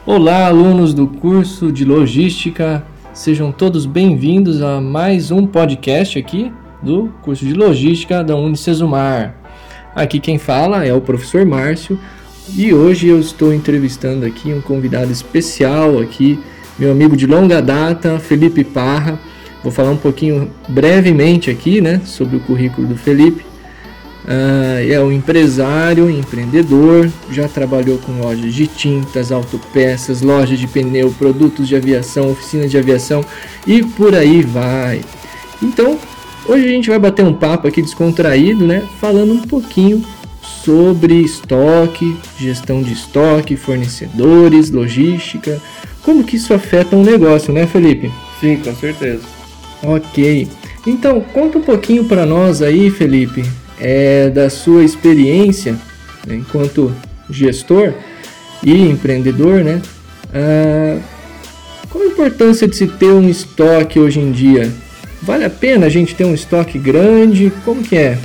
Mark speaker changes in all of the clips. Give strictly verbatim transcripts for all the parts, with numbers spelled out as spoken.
Speaker 1: Olá, alunos do curso de Logística, sejam todos bem-vindos a mais um podcast aqui do curso de Logística da Unicesumar. Aqui quem fala é o professor Márcio e hoje eu estou entrevistando aqui um convidado especial aqui, meu amigo de longa data, Felipe Parra. Vou falar um pouquinho brevemente aqui, né, sobre o currículo do Felipe. Uh, é um empresário, empreendedor, já trabalhou com lojas de tintas, autopeças, lojas de pneu, produtos de aviação, oficinas de aviação e por aí vai. Então, hoje a gente vai bater um papo aqui descontraído, né? Falando um pouquinho sobre estoque, gestão de estoque, fornecedores, logística, como que isso afeta um negócio, né, Felipe?
Speaker 2: Sim, com certeza.
Speaker 1: Ok. Então, conta um pouquinho para nós aí, Felipe. É, da sua experiência, né, enquanto gestor e empreendedor, né? Ah, qual a importância de se ter um estoque hoje em dia? Vale a pena a gente ter um estoque grande? Como que é?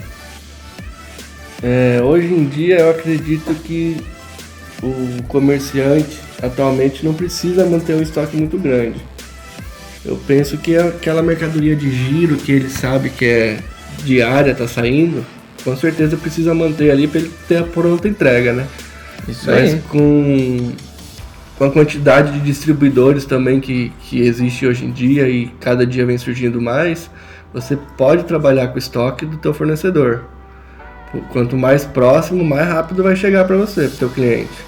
Speaker 2: É, hoje em dia eu acredito que o comerciante atualmente não precisa manter um estoque muito grande. Eu penso que aquela mercadoria de giro que ele sabe que é diária, está saindo, com certeza precisa manter ali para ele ter a pronta entrega, né?
Speaker 1: Isso
Speaker 2: Mas
Speaker 1: aí.
Speaker 2: com, com a quantidade de distribuidores também que, que existe hoje em dia e cada dia vem surgindo mais, você pode trabalhar com o estoque do teu fornecedor. Quanto mais próximo, mais rápido vai chegar para você, para o teu cliente.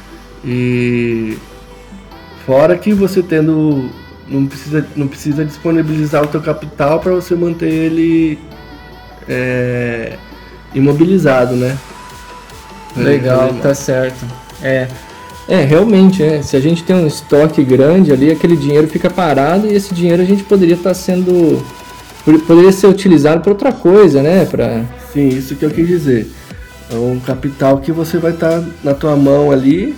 Speaker 2: E fora que você tendo, não precisa, não precisa disponibilizar o teu capital para você manter ele é, imobilizado, né?
Speaker 1: Legal, tá certo. É, é realmente, né? Se a gente tem um estoque grande ali, aquele dinheiro fica parado e esse dinheiro a gente poderia estar sendo, poderia ser utilizado para outra coisa, né? Pra...
Speaker 2: Sim, isso que eu quis dizer. É um capital que você vai estar na tua mão ali.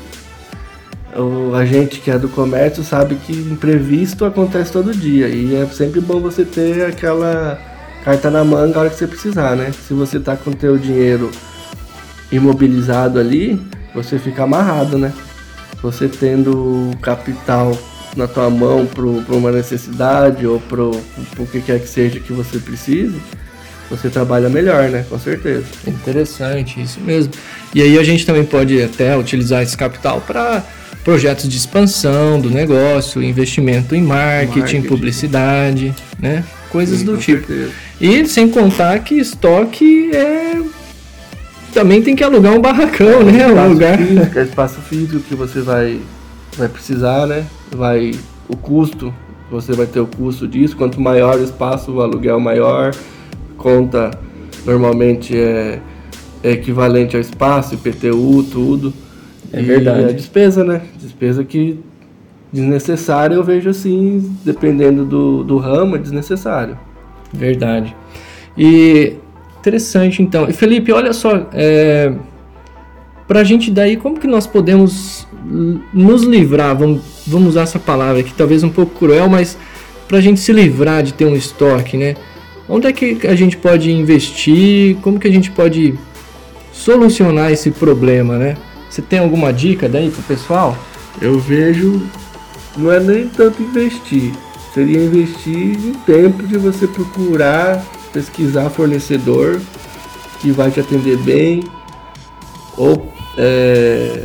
Speaker 2: O agente que é do comércio sabe que imprevisto acontece todo dia e é sempre bom você ter aquela carta na manga na hora que você precisar, né? Se você tá com o teu dinheiro imobilizado ali, você fica amarrado, né? Você tendo capital na tua mão para uma necessidade ou para o que quer que seja que você precise, você trabalha melhor, né? Com certeza.
Speaker 1: Interessante, isso mesmo. E aí a gente também pode até utilizar esse capital para projetos de expansão do negócio, investimento em marketing, marketing. publicidade, né? Coisas Sim, do tipo. Certeza. E sem contar que estoque é... também tem que alugar um barracão, é, né? Um lugar.
Speaker 2: Físico, é espaço físico que você vai, vai precisar, né? Vai, o custo, você vai ter o custo disso. Quanto maior o espaço, o aluguel maior. Conta normalmente é, é equivalente ao espaço, I P T U, tudo.
Speaker 1: É e verdade.
Speaker 2: É despesa, né? Despesa que desnecessária eu vejo assim, dependendo do, do ramo, é desnecessário.
Speaker 1: Verdade. E interessante então. E Felipe, olha só, é, pra gente daí, como que nós podemos nos livrar, vamos, vamos usar essa palavra aqui, talvez um pouco cruel, mas pra gente se livrar de ter um estoque, né? Onde é que a gente pode investir? Como que a gente pode solucionar esse problema, né? Você tem alguma dica daí pro pessoal?
Speaker 2: Eu vejo, não é nem tanto investir, seria investir em tempo de você procurar, pesquisar fornecedor que vai te atender bem, ou é,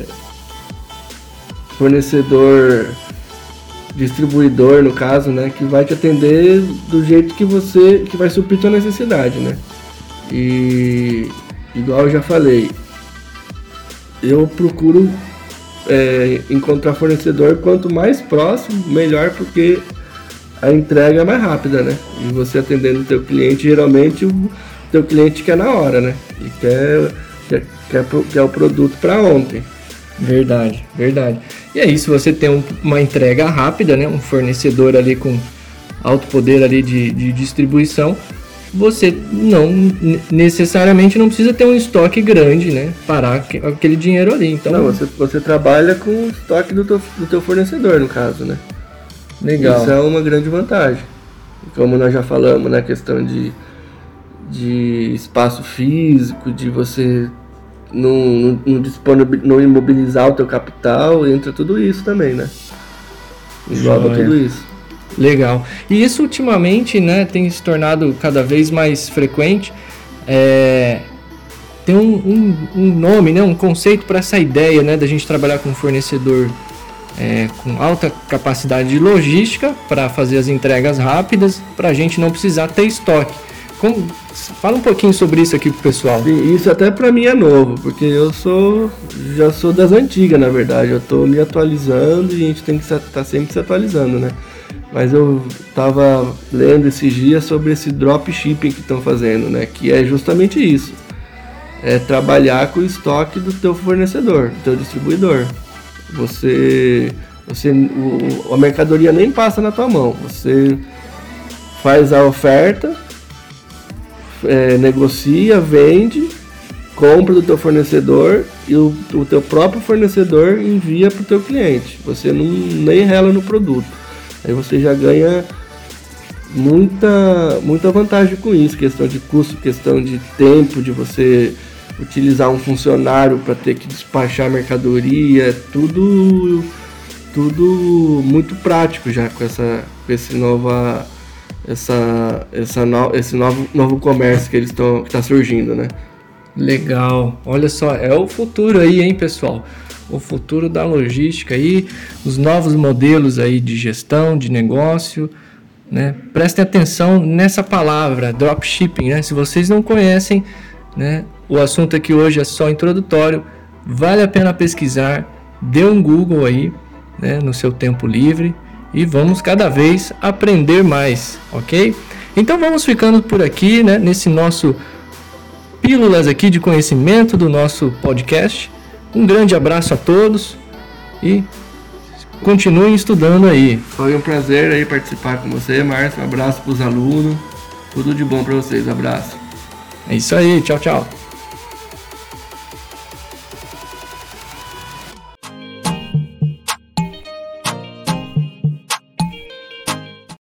Speaker 2: fornecedor, distribuidor no caso, né, que vai te atender do jeito que você, que vai suprir tua necessidade, né? E igual eu já falei, eu procuro é, encontrar fornecedor quanto mais próximo, melhor, porque a entrega é mais rápida, né? E você atendendo o teu cliente, geralmente o teu cliente quer na hora, né? E quer, quer, quer, quer o produto para ontem.
Speaker 1: Verdade, verdade. E aí, se você tem um, uma entrega rápida, né? Um fornecedor ali com alto poder ali de, de distribuição, você não necessariamente não precisa ter um estoque grande, né? Parar aquele dinheiro ali. Então,
Speaker 2: não, você, você trabalha com o estoque do teu, do teu fornecedor, no caso, né?
Speaker 1: Legal.
Speaker 2: Isso é uma grande vantagem. Como nós já falamos na questão de, de espaço físico, de você não, não, disponibil, não imobilizar o teu capital, entra tudo isso também, né? Engloba
Speaker 1: Joia.
Speaker 2: tudo isso.
Speaker 1: Legal. E isso ultimamente, né, tem se tornado cada vez mais frequente. É, tem um, um, um nome, né, um conceito para essa ideia, né, da gente trabalhar com um fornecedor é, com alta capacidade de logística para fazer as entregas rápidas, para a gente não precisar ter estoque. Como, fala um pouquinho sobre isso aqui pro pessoal.
Speaker 2: Sim, isso até para mim é novo, porque eu sou já sou das antigas, na verdade. Eu estou me atualizando e a gente tem que estar tá sempre se atualizando, né? Mas eu estava lendo esses dias sobre esse dropshipping que estão fazendo, né? Que é justamente isso. É trabalhar com o estoque do teu fornecedor, do teu distribuidor. Você, você, o, a mercadoria nem passa na tua mão. Você faz a oferta, é, negocia, vende, compra do teu fornecedor e o, o teu próprio fornecedor envia para o teu cliente. Você não, nem rela no produto. Aí você já ganha muita, muita vantagem com isso, questão de custo, questão de tempo, de você utilizar um funcionário para ter que despachar mercadoria, tudo, tudo muito prático já com essa, com esse nova, essa, essa no, esse novo, novo comércio que eles estão, que está surgindo, né?
Speaker 1: Legal, olha só, é o futuro aí, hein, pessoal? O futuro da logística aí, os novos modelos aí de gestão, de negócio, né? Prestem atenção nessa palavra, dropshipping, né? Se vocês não conhecem, né? O assunto aqui hoje é só introdutório, vale a pena pesquisar, dê um Google aí, né? No seu tempo livre e vamos cada vez aprender mais, ok? Então vamos ficando por aqui, né? Nesse nosso pílulas aqui de conhecimento do nosso podcast. Um grande abraço a todos e continuem estudando aí.
Speaker 2: Foi um prazer aí participar com você, Márcio. Um abraço para os alunos. Tudo de bom para vocês. Abraço.
Speaker 1: É isso aí. Tchau, tchau.